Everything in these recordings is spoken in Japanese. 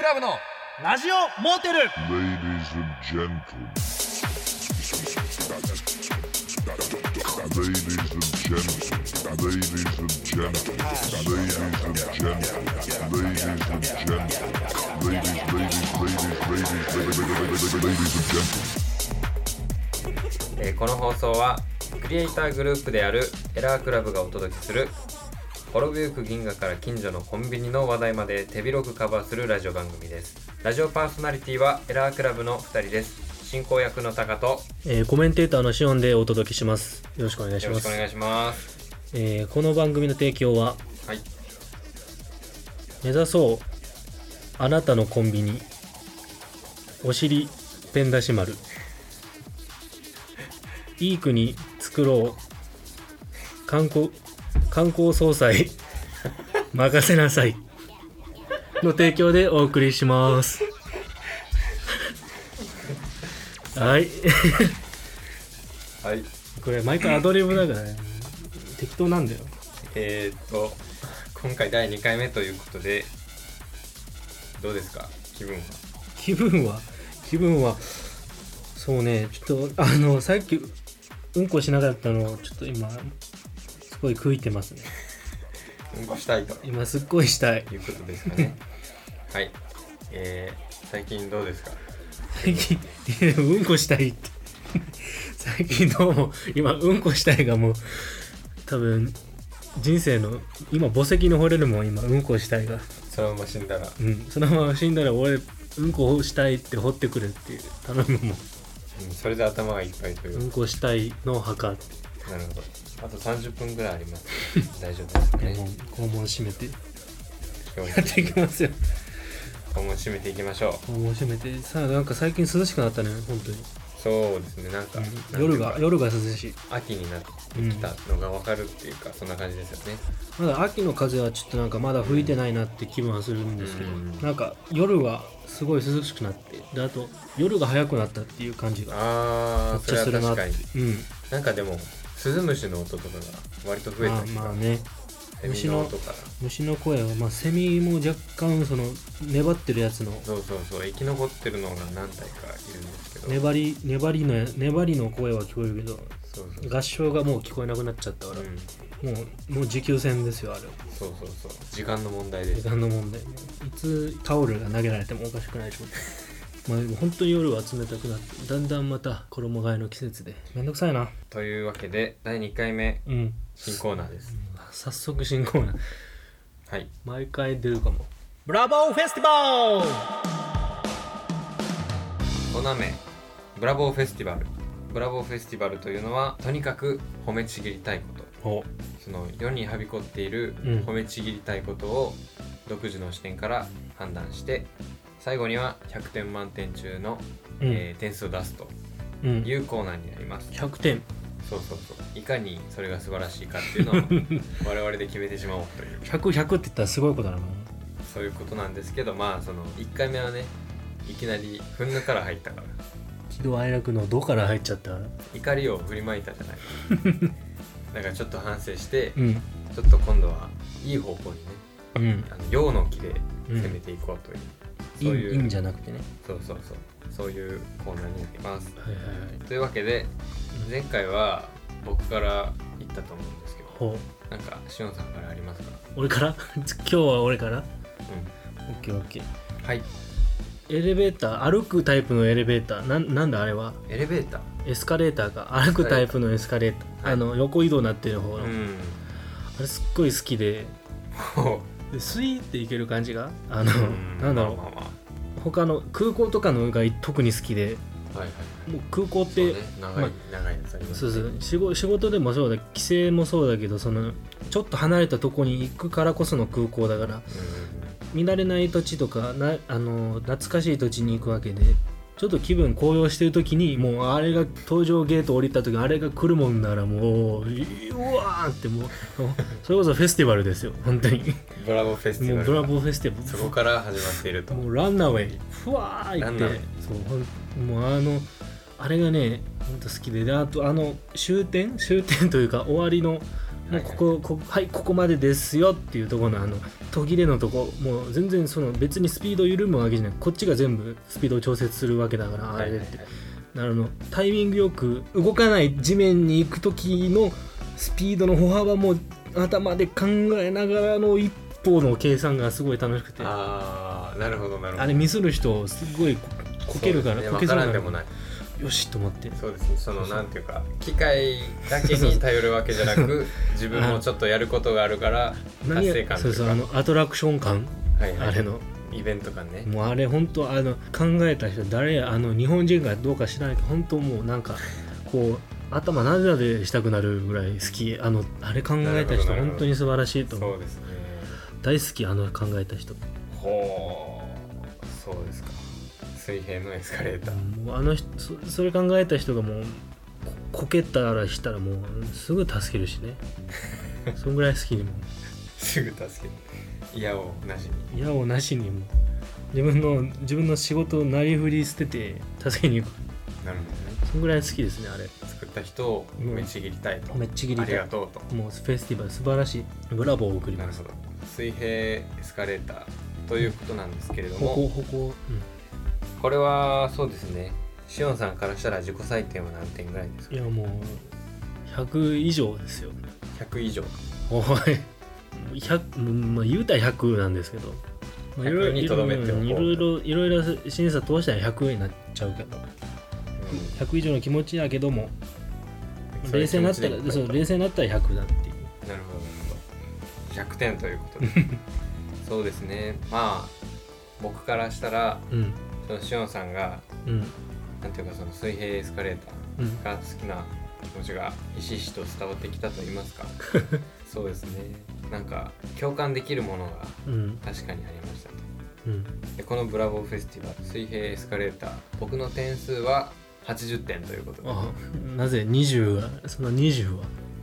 ラブのラジオモーテル。 Ladies and gentlemen. Ladies and gentlemen. Ladies and gentlemen. Ladies and gentlemen. Ladies and gentlemen. Ladies and gentlemen. この放送はクリエイターグループであるエラークラブがお届けする滅びゆく銀河から近所のコンビニの話題まで手広くカバーするラジオ番組です。ラジオパーソナリティはエラークラブの2人です。進行役のタカと、 コメンテーターのシオンでお届けします。よろしくお願いします。 よろしくお願いします。 この番組の提供は、 はい、 目指そうあなたのコンビニお尻ペンダシマルいい国作ろう観光総裁任せなさいの提供でお送りしますはいはい、 これ毎回アドリブだからね適当なんだよ。 今回第2回目ということでどうですか気分はそうね、ちょっとさっきうんこしなかったのをちょっと今すごい悔いてますね。 うんこしたいと今すっごいしたいいうことですかねはい、最近どうですか？ 最近うんこしたいって最近どうも今うんこしたいがもう多分人生の今墓石に掘れるもん。今うんこしたいがそのまま死んだら、 そのまま死んだら俺うんこしたいって掘ってくれっていう頼むもん。 それで頭がいっぱいという。 うんこしたいの墓って。 なるほど。あと30分ぐらいあります大丈夫ですね。 肛門閉めてやっていきますよ。 肛門閉めていきましょう。 肛門閉めてさあ、なんか最近涼しくなったね本当に。 そうですね、なんか、 夜が涼しい。 秋になってきたのが分かるっていうか、そんな感じですよね。 まだ秋の風はちょっとなんかまだ吹いてないなって気分はするんですけど、なんか夜はすごい涼しくなって、であと夜が早くなったっていう感じがめっちゃするなって。 なんかでもスズムシの音とかが割と増えたりとか、 ね、 セミの音から虫の声は、セミも若干その粘ってるやつのそう生き残ってるのが何体かいるんですけど、 粘りの声は聞こえるけど、合唱がもう聞こえなくなっちゃったから、もう持久戦ですよあれ。 そう時間の問題です。 時間の問題。いつタオルが投げられてもおかしくないでしょでも本当に夜は冷たくなってだんだんまた衣替えの季節でめんどくさいな。 というわけで第2回目、新コーナーです。 早速新コーナー。 はい、 毎回出るかも。ブラボーフェスティバル。 コーナー名ブラボーフェスティバル。ブラボーフェスティバルというのはとにかく褒めちぎりたいこと、その世にはびこっている褒めちぎりたいことを独自の視点から判断して、最後には100点満点中の、点数を出すというコーナーになります。 100点。 そういかにそれが素晴らしいかっていうのを我々で決めてしまおうという 100って言ったらすごいことなの。 そういうことなんですけど、その1回目はね、いきなりふんぬから入ったから、 喜怒哀楽の「ど」から入っちゃった。 怒りを振りまいたじゃないだからちょっと反省して、ちょっと今度はいい方向にね、陽の気で攻めていこうという、そういういいんじゃなくてね。 そういうコーナーになります。というわけで前回は僕から言ったと思うんですけど、なんかしおんさんからありますか？ 俺から今日は俺から。オッケー。 はい。 エレベーター、歩くタイプのエレベーター、なんだあれは。 エレベーター、 エスカレーターか。歩くタイプのエスカレーター、横移動になってる方の、あれすっごい好きでスイーっていける感じがなんだろう、他の空港とかのが特に好きで、もう空港って、 長いやつありますね。 仕事でもそうだ、帰省もそうだけど、そのちょっと離れたとこに行くからこその空港だから、見慣れない土地とか懐かしい土地に行くわけで、ちょっと気分高揚してる時に、もうあれが搭乗ゲート降りた時あれが来るもんなら、もううわーってもうそれこそフェスティバルですよ本当に。 ブラボーフェスティバル。 もうブラボーフェスティバル、 そこから始まっていると。もうランナーウェイふわーいって、もうあれがね本当好きで、あと終点というか終わりのもうここまでですよっていうところの途切れのとこ、もう全然その別にスピード緩むわけじゃない、こっちが全部スピードを調節するわけだから、あれって、タイミングよく動かない地面に行く時のスピードの歩幅も頭で考えながらの一歩の計算がすごい楽しくて、 ああなるほどなるほど、 あれミスる人すごいこけるから、こけそうなんでもない、 よしと思って。 そうですね、そのなんていうか機械だけに頼るわけじゃなく自分もちょっとやることがあるから達成感というか、 そうアトラクション感、はいはい、あれのイベント感ね、 もうあれ本当考えた人誰日本人がどうか知らないけど、本当もうなんかこう頭なでなでしたくなるぐらい好き、あれ考えた人本当に素晴らしいと思う。 そうですね、 大好き考えた人。 ほう、そうですか。水平のエスカレーター、 もうそれ考えた人がもうこけたらしたらもうすぐ助けるしねそんぐらい好きにもすぐ助ける、嫌をなしに、 嫌をなしにも自分の仕事をなりふり捨てて助けに行く。 なるほどね、 そんぐらい好きですね。あれ作った人をめっちぎりたいと、 めっちぎりたい、 ありがとうと、 もうフェスティバル素晴らしい、ブラボーを送ります。 なるほど、水平エスカレーターということなんですけれども、これはそうですね、しおんさんからしたら自己採点は何点ぐらいですか？ いやもう100以上ですよ。 100以上、 おい100、言うたら100なんですけど、 100にとどめておこう、 いろいろ審査通したら100になっちゃうけど、100以上の気持ちやけども、冷静になったら100だっていう。 なるほどなるほど、100点ということでそうですね、まあ僕からしたら、そのしおんさんが、なんていうかその水平エスカレーターが好きな気持ちがひしひしと伝わってきたと言いますかそうですね、なんか共感できるものが確かにありましたと、でこのブラボーフェスティバル水平エスカレーター、僕の点数は80点ということで、 なぜ20がその20は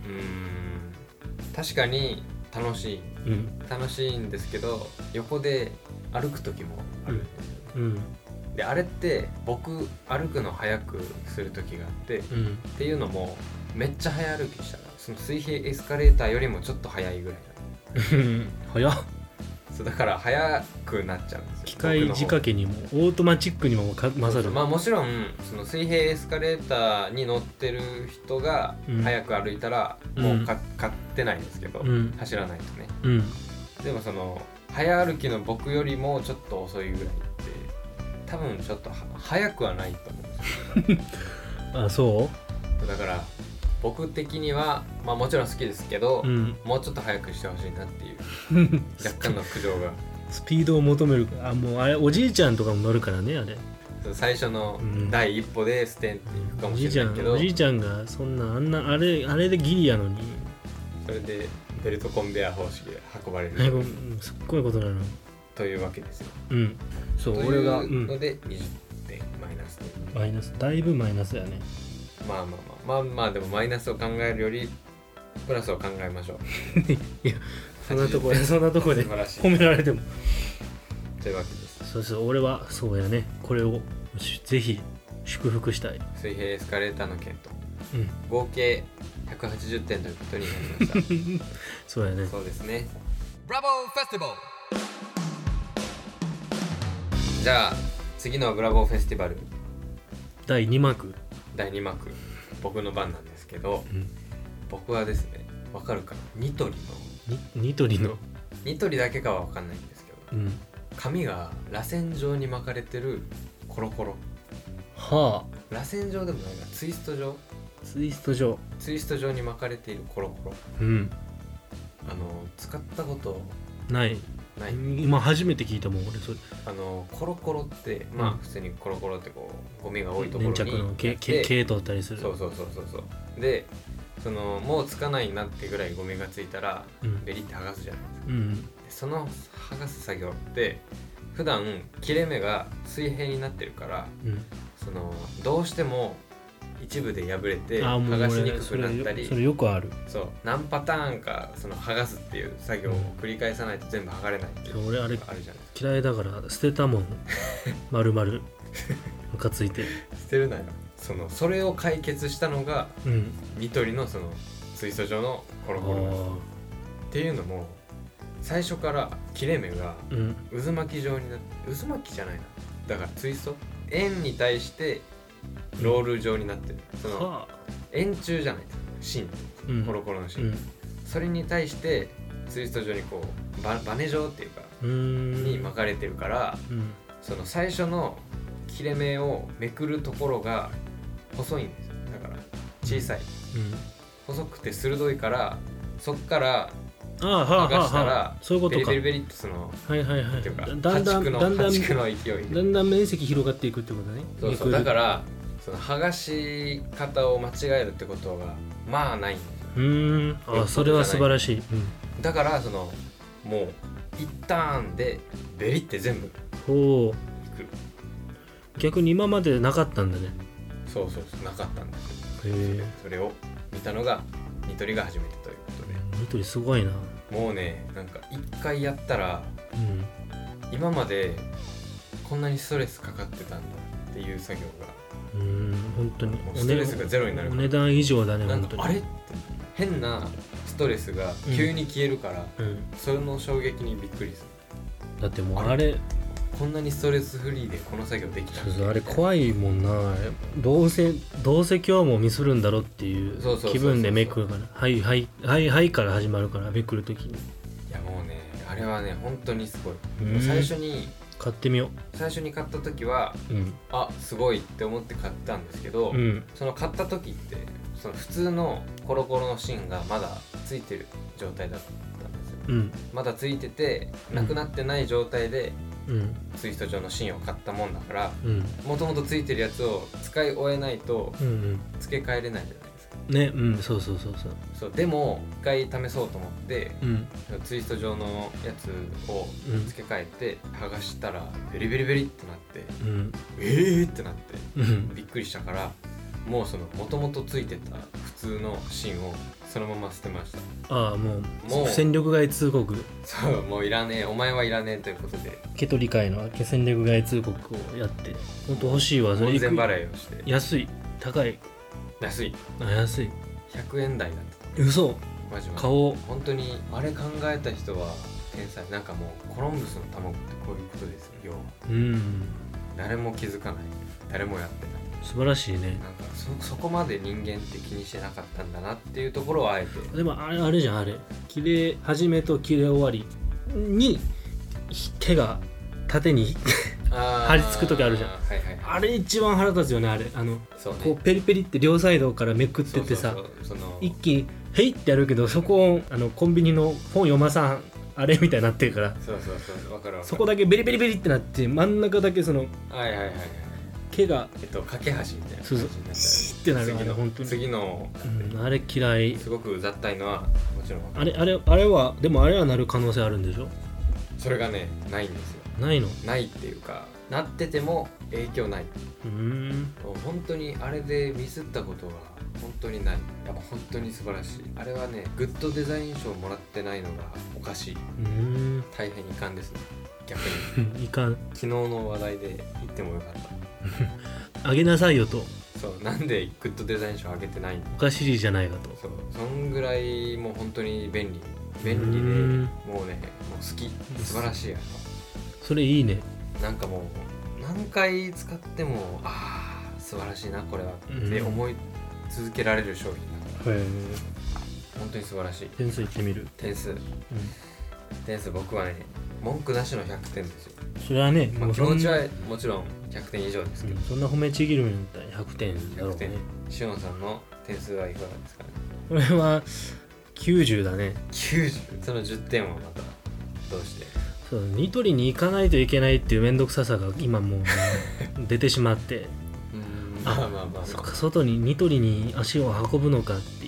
確かに楽しい、楽しいんですけど、横で歩く時もあるんですよ、であれって僕歩くの早くする時があって、っていうのもめっちゃ早歩きしたらその水平エスカレーターよりもちょっと早いぐらいな早っ、 そうだから早くなっちゃうんですよ。 機械仕掛けにもオートマチックにも勝る。 まあもちろんその水平エスカレーターに乗ってる人が早く歩いたらもう勝ってないんですけど、走らないとね、でもその早歩きの僕よりもちょっと遅いぐらいって多分ちょっと早くはないと思うんですよあ、そうだから僕的には、まあ、もちろん好きですけど、もうちょっと早くしてほしいなっていう若干の苦情がスピードを求める。もうあれおじいちゃんとかも乗るからね、あれ最初の第一歩でステンっていくかもしれないけど、 おじいちゃんがそんなあれでギリやのに、 それでベルトコンベヤー方式で運ばれる、 すっごいことなのというわけですよ。 そう俺がので20点マイナスだいぶマイナスやね。 まあでもマイナスを考えるよりプラスを考えましょういやそんなとこで褒められてもというわけです。 そうそう、俺はそうやね、これをぜひ祝福したい。 水平エスカレーターの件と、合計180点ということになりましたそうやね。 そうですね。ブラボーフェスティバル。じゃあ次のブラボーフェスティバル第2幕僕の番なんですけど、僕はですね、わかるかな、ニトリだけかはわかんないんですけど、紙が螺旋状に巻かれてるコロコロ、螺旋状でもないな、ツイスト状に巻かれているコロコロ、使ったことない今初めて聞いたもん俺。それコロコロってまあ普通にコロコロってこうゴミが多いところに粘着の毛取ったりする。 そうでもうつかないなってぐらいゴミがついたら、ベリって剥がすじゃないですか、その剥がす作業って普段切れ目が水平になってるから、どうしても一部で破れて剥がしにくくなったり、 それよくある。 そう何パターンか剥がすっていう作業を繰り返さないと全部剥がれないっていう、 俺あれあるじゃないですか。 嫌いだから捨てたもん丸々ムカついて捨てるなよ。それを解決したのが、ニトリのツイスト状のコロコロっていうのも最初から切れ目が渦巻き状になって、渦巻きじゃないな、だからツイスト円に対してロール状になってる、その円柱じゃないですか、芯、コロコロの芯、それに対してツイスト状にこうバネ状っていうかに巻かれてるから、その最初の切れ目をめくるところが細いんですよ。だから小さい、細くて鋭いから、そっから剥がしたらベリベリベリっとそのっていうかだんだん破竹の勢いでだんだん面積広がっていくってことね。 そうそう、だからその剥がし方を間違えるってことがまあないんですよ。 それは素晴らしい。 だからそのもう一ターンでベリって全部いく。 逆に今までなかったんだね。 そうなかったんですよ。それを見たのがニトリが初めてということで。 ニトリすごいな。 もうね、なんか一回やったら、今までこんなにストレスかかってたんだっていう作業が本当にストレスがゼロになるから、 お値段以上だね。 なんかあれって変なストレスが急に消えるから、その衝撃にびっくりする。 だってもうあれこんなにストレスフリーでこの作業できたんだ。 そうあれ怖いもんな。どうせ今日もミスるんだろっていう気分でめくるから、はいから始まるから、めくるときに。いやもうね、あれはね本当にすごい。最初に買ってみよう。 最初に買った時は、あすごいって思って買ったんですけど、その買った時ってその普通のコロコロの芯がまだついてる状態だったんですよ。まだついててなくなってない状態で、ツイスト状の芯を買ったもんだから、もともとついてるやつを使い終えないと付け替えれないじゃないですか。そうでも一回試そうと思って、ツイスト状のやつを付け替えて剥がしたらベリベリベリってなって、ってなってびっくりしたから、もうその元々ついてた普通の芯をそのまま捨てました。 もう戦力外通告。 そうもういらねえ、お前はいらねえということで毛取り替えの戦力外通告をやって、本当欲しいわ。 門前払いをして。 安い、高い、 安い100円台だった。 嘘。 マジ買おう。 本当にあれ考えた人は天才。なんかもうコロンブスの卵ってこういうことですよ、要は。誰も気づかない、誰もやってない。 素晴らしいね。 なんかそこまで人間って気にしてなかったんだなっていうところをあえて。 でもあれじゃん、あれ切れ始めと切れ終わりに手が縦に張り付く時あるじゃん。あれ一番腹立つよね。あれそうね、こうペリペリって両サイドからめくっててさ、一気にヘイってやるけど、そこをコンビニの本読まさんあれみたいになってるから、 そう分かる。 そこだけベリベリベリってなって、真ん中だけその毛が架け橋みたいな感じになっちゃう。 ってなる。あれ本当に次の、 あれ嫌い。 すごくうざったいのはもちろん。 あれはでもあれはなる可能性あるんでしょ。 それがねないんですよ。ないっていうか、なってても影響ない。本当にあれでミスったことは本当にない。やっぱ本当に素晴らしい。あれはね、グッドデザイン賞もらってないのがおかしい。大変遺憾ですね、逆に。 遺憾。 昨日の話題で言ってもよかった。 あげなさいよと。 そうなんでグッドデザイン賞あげてないの。 おかしいじゃないかと。 そんぐらいもう本当に便利で、もうねもう好き。素晴らしい。 それいいね。 なんかもう何回使っても素晴らしいなこれはって思い続けられる商品だから、本当に素晴らしい。 点数いってみる。 点数僕はね、文句なしの100点ですよ。 それはね、 気持ちはもちろん100点以上ですけど、 そんな褒めちぎるんだったら100点だろうね。 しおんさんの点数はいかがですかね。 これは90だね。 90。その10点はまたどうして。 ニトリに行かないといけないっていう面倒くささが今もう出てしまって外にニトリに足を運ぶのかっていう。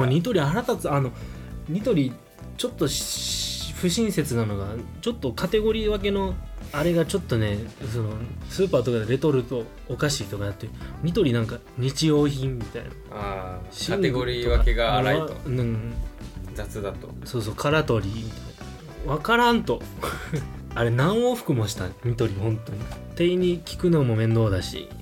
ニトリ腹立つ。ニトリちょっと不親切なのが、ちょっとカテゴリー分けのあれがちょっとね、そのスーパーとかでレトルトお菓子とかやって、ニトリなんか日用品みたいな。 カテゴリー分けが荒いと、雑だと。 そうカラトリーみたいな。分からんとあれ何往復もしたニトリ。本当に店員に聞くのも面倒だし、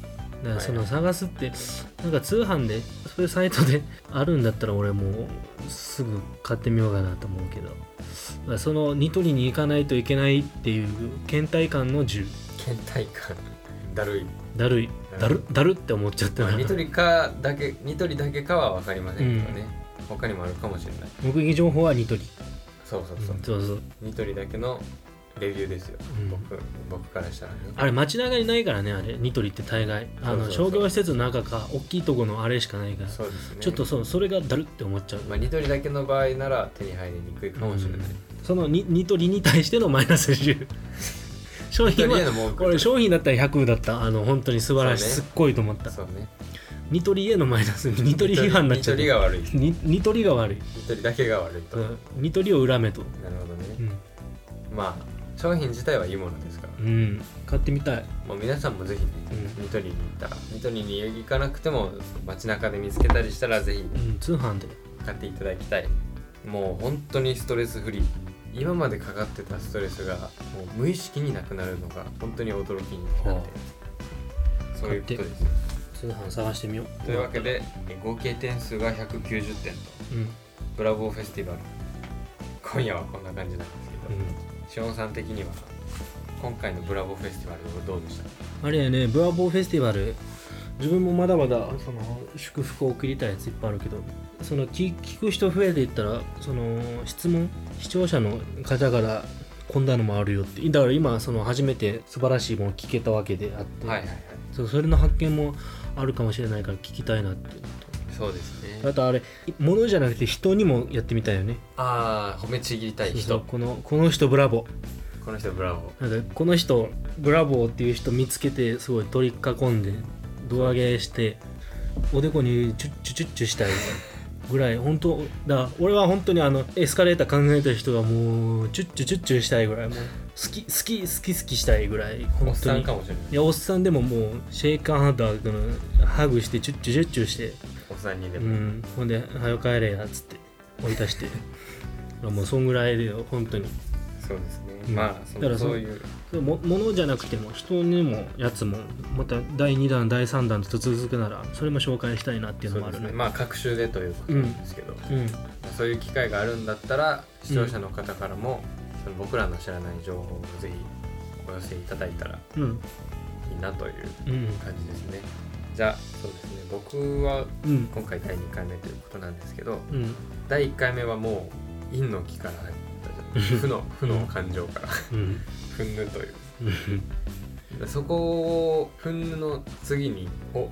だからその探すってなんか通販でそういうサイトであるんだったら俺もうすぐ買ってみようかなと思うけど、そのニトリに行かないといけないっていう倦怠感の10。 倦怠感だるいだるって思っちゃったな、 まあ、ニトリだけかは分かりませんけどね、他にもあるかもしれない。 目撃情報はニトリ。 そうニトリだけのレビューですよ、僕からしたらね。 あれ街中にないからね、あれニトリって大概商業施設の中か大きいとこのあれしかないから、 そうですね、 ちょっとそれがだるって思っちゃう。 まあ、ニトリだけの場合なら手に入りにくいかもしれない、 そのニトリに対してのマイナス10商品は俺商品だったら100だった。本当に素晴らしい、すっごいと思った。 そうね、 ニトリへのマイナス、ニトリ批判になっちゃう。 ニトリが悪い、 ニトリが悪い、 ニトリだけが悪いと、 ニトリを恨めと。 なるほどね、まあ商品自体はいいものですから、 買ってみたい。 もう皆さんもぜひ、ニトリに行ったら、ニトリに行かなくても街中で見つけたりしたらぜひ、 通販で買っていただきたい。もう本当にストレスフリー、今までかかってたストレスがもう無意識になくなるのが本当に驚きになって、そういうことです。 通販探してみよう。 というわけで合計点数が190点と、ブラボーフェスティバル、今夜はこんな感じなんですけど、シオンさん的には今回のブラボーフェスティバルどうでした？ あれやね、ブラボーフェスティバル、自分もまだまだその祝福を送りたいやついっぱいあるけど、その聞く人増えていったら、その質問、視聴者の方からこんなのもあるよって、だから今その初めて素晴らしいものを聞けたわけであって、それの発見もあるかもしれないから聞きたいなって。 そうですね。 あとあれ、物じゃなくて人にもやってみたいよね。 褒めちぎりたい人。 そうこの人ブラボー。 この人ブラボー。なんかこの人ブラボーっていう人見つけて、すごい取り囲んで胴上げしておでこにチュッチュチュッチュしたいぐらい、本当だ。俺は本当にエスカレーター考えた人がもうチュッチュチュッチュしたいぐらい、もう好きしたいぐらい、本当に。おっさんかもしれない。 いや、おっさんでももうシェイカーハンターハグしてチュッチュチュッチュして、 おっさんにでも、 ほんで「はよ帰れや」っつって追い出してもうそんぐらいで本当に。 そうですね、まあそういうものじゃなくても人にもやつもまた第2弾第3弾と続くならそれも紹介したいなっていうのもあるね。 まあ各週でということなんですけど、そういう機会があるんだったら視聴者の方からも、その僕らの知らない情報をぜひお寄せいただいたらいいなという感じですね。じゃあそうですね、僕は今回第2回目ということなんですけど、第1回目はもう陰の気から入ったじゃん、負の感情から憤怒というそこを憤怒の次に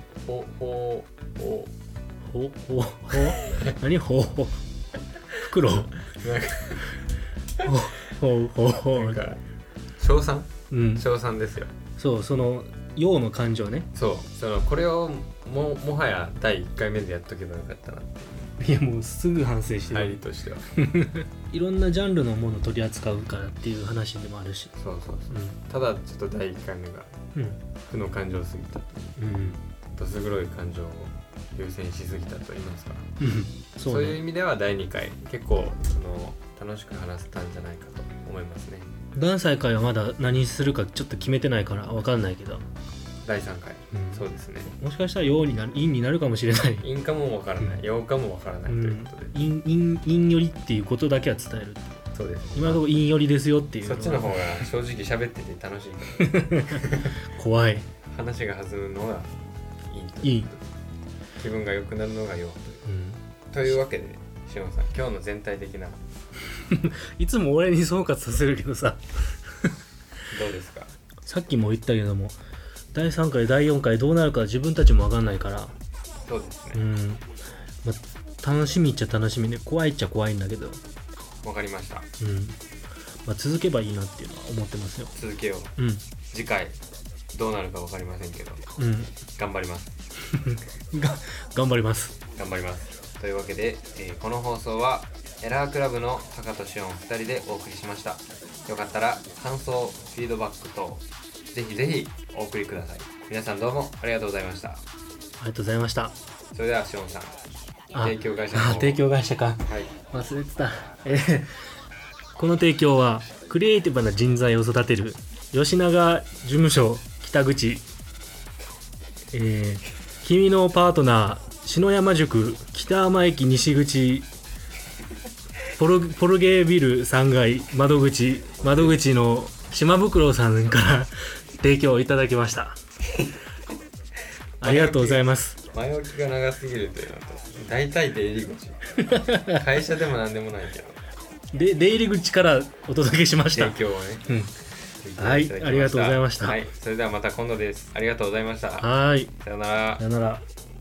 何袋なんか称賛ですよ。 そう、その陽の感情ね。 これをもはや第1回目でやっとけばよかったなって。 いや、もうすぐ反省してる。 入りとしては。 いろんなジャンルのものを取り扱うからっていう話でもあるし。 そう、ただちょっと第1回目が負の感情すぎた。どす黒い感情を優先しすぎたと言いますか。そういう意味では第2回結構楽しく話せたんじゃないかと思いますね。 第3回はまだ何するかちょっと決めてないから分かんないけど、 第3回、そうですね、 もしかしたら陽になる、陰になるかもしれない。 陰かも分からない、陽かも分からないということで、 陰よりっていうことだけは伝える。 そうですね、 今のところ陰よりですよっていう。 そっちの方が正直喋ってて楽しいから怖い。 話が弾むのがいい、気分が良くなるのが陽というわけで、しおんさん、今日の全体的ないつも俺に総括させるけどさどうですか。 さっきも言ったけども、第3回第4回どうなるか自分たちも分かんないから。 そうですね、 楽しみっちゃ楽しみで、怖いっちゃ怖いんだけど。 分かりました。 続けばいいなっていうのは思ってますよ。 続けよう。次回どうなるか分かりませんけど、頑張ります頑張りますというわけで、この放送はエラークラブのタカとシオン2人でお送りしました。よかったら感想、フィードバック等ぜひぜひお送りください。皆さんどうもありがとうございました。 ありがとうございました。 それではシオンさん、提供会社の提供会社か、忘れてた。この提供はクリエイティブな人材を育てる吉永事務所北口君のパートナー篠山塾北浜駅西口ポルゲービル3階窓口の島袋さんから提供いただきましたありがとうございます。 前置きが長すぎるというのと大体出入り口会社でもなんでもないけどで出入り口からお届けしました。 提供をね、 はい、ありがとうございました。 はい、それではまた今度です。ありがとうございました。 はい、 さよなら。 さよなら。